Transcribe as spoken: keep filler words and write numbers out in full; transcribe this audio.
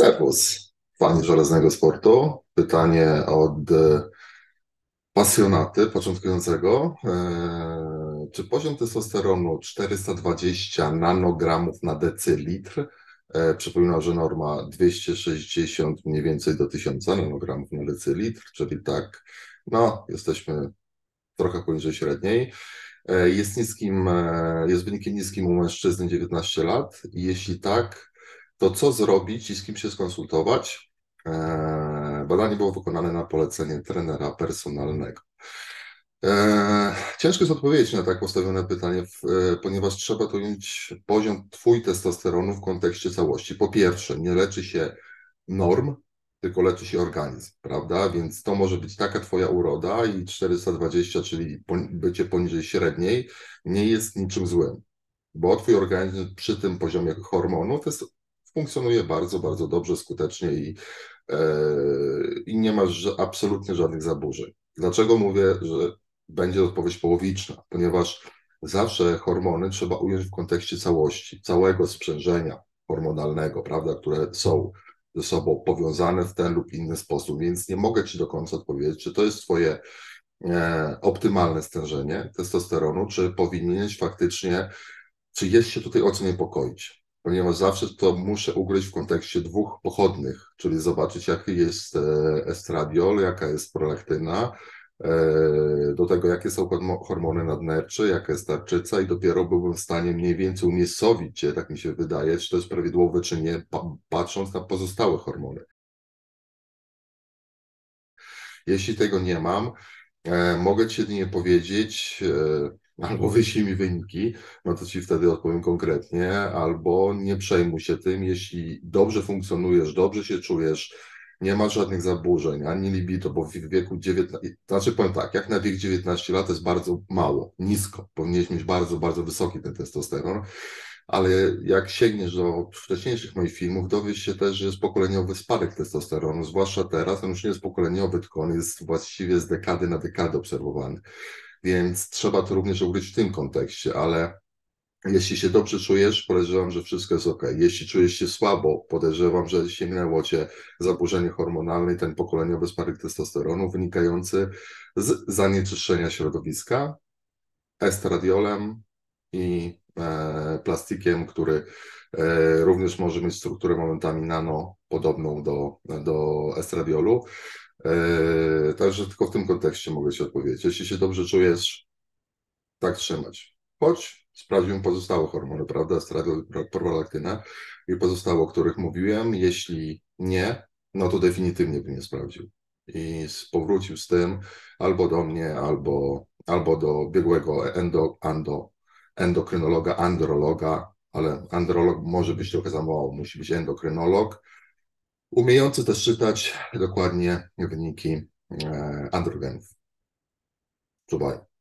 Serwus, fani żelaznego sportu. Pytanie od e, pasjonaty, początkującego. E, czy poziom testosteronu czterysta dwadzieścia nanogramów na decylitr, e, przypominam, że norma dwieście sześćdziesiąt mniej więcej do tysiąca nanogramów na decylitr, czyli tak, no, jesteśmy trochę poniżej średniej. E, Jest niskim, e, jest wynikiem niskim u mężczyzny dziewiętnaście lat. Jeśli tak, to co zrobić i z kim się skonsultować? E, Badanie było wykonane na polecenie trenera personalnego. E, Ciężko jest odpowiedzieć na tak postawione pytanie, w- e, ponieważ trzeba tu ująć poziom twój testosteronu w kontekście całości. Po pierwsze, nie leczy się norm, tylko leczy się organizm, prawda? Więc to może być taka twoja uroda i czterysta dwadzieścia, czyli poni- bycie poniżej średniej, nie jest niczym złym, bo twój organizm przy tym poziomie hormonów jest, funkcjonuje bardzo, bardzo dobrze, skutecznie i, e, i nie masz ża- absolutnie żadnych zaburzeń. Dlaczego mówię, że będzie odpowiedź połowiczna? Ponieważ zawsze hormony trzeba ująć w kontekście całości, całego sprzężenia hormonalnego, prawda, które są ze sobą powiązane w ten lub inny sposób, więc nie mogę ci do końca odpowiedzieć, czy to jest twoje e, optymalne stężenie testosteronu, czy powinieneś faktycznie, czy jest się tutaj o co niepokoić, ponieważ zawsze to muszę ugryźć w kontekście dwóch pochodnych, czyli zobaczyć, jaki jest e, estradiol, jaka jest prolaktyna, e, do tego, jakie są hormo- hormony nadnercze, jaka jest tarczyca i dopiero byłbym w stanie mniej więcej umiejscowić cię, tak mi się wydaje, czy to jest prawidłowe, czy nie, pa- patrząc na pozostałe hormony. Jeśli tego nie mam, e, mogę ci jedynie powiedzieć, e, albo wyślij mi wyniki, no to ci wtedy odpowiem konkretnie, albo nie przejmuj się tym, jeśli dobrze funkcjonujesz, dobrze się czujesz, nie masz żadnych zaburzeń, ani libido, bo w wieku dziewiętnaście, znaczy powiem tak, jak na wiek dziewiętnaście lat to jest bardzo mało, nisko, powinieneś mieć bardzo, bardzo wysoki ten testosteron, ale jak sięgniesz do wcześniejszych moich filmów, dowiesz się też, że jest pokoleniowy spadek testosteronu, zwłaszcza teraz, on już nie jest pokoleniowy, tylko on jest właściwie z dekady na dekadę obserwowany, więc trzeba to również ugryźć w tym kontekście, ale jeśli się dobrze czujesz, podejrzewam, że wszystko jest ok. Jeśli czujesz się słabo, podejrzewam, że sięgnęło cię zaburzenie hormonalne i ten pokoleniowy spadek testosteronu wynikający z zanieczyszczenia środowiska, estradiolem i e, plastikiem, który e, również może mieć strukturę momentami nano, podobną do, do estradiolu. E, także tylko w tym kontekście mogę Ci odpowiedzieć. Jeśli się dobrze czujesz, tak trzymać. Chodź, sprawdźmy pozostałe hormony, prawda? Estradiol, prolaktyna i pozostałe, o których mówiłem. Jeśli nie, no to definitywnie bym nie sprawdził. I z- powrócił z tym albo do mnie, albo, albo do biegłego endo, ando, endokrynologa, androloga, ale androlog może być trochę za mało, musi być endokrynolog, umiejący też czytać dokładnie wyniki e, androgenów. Czuwaj.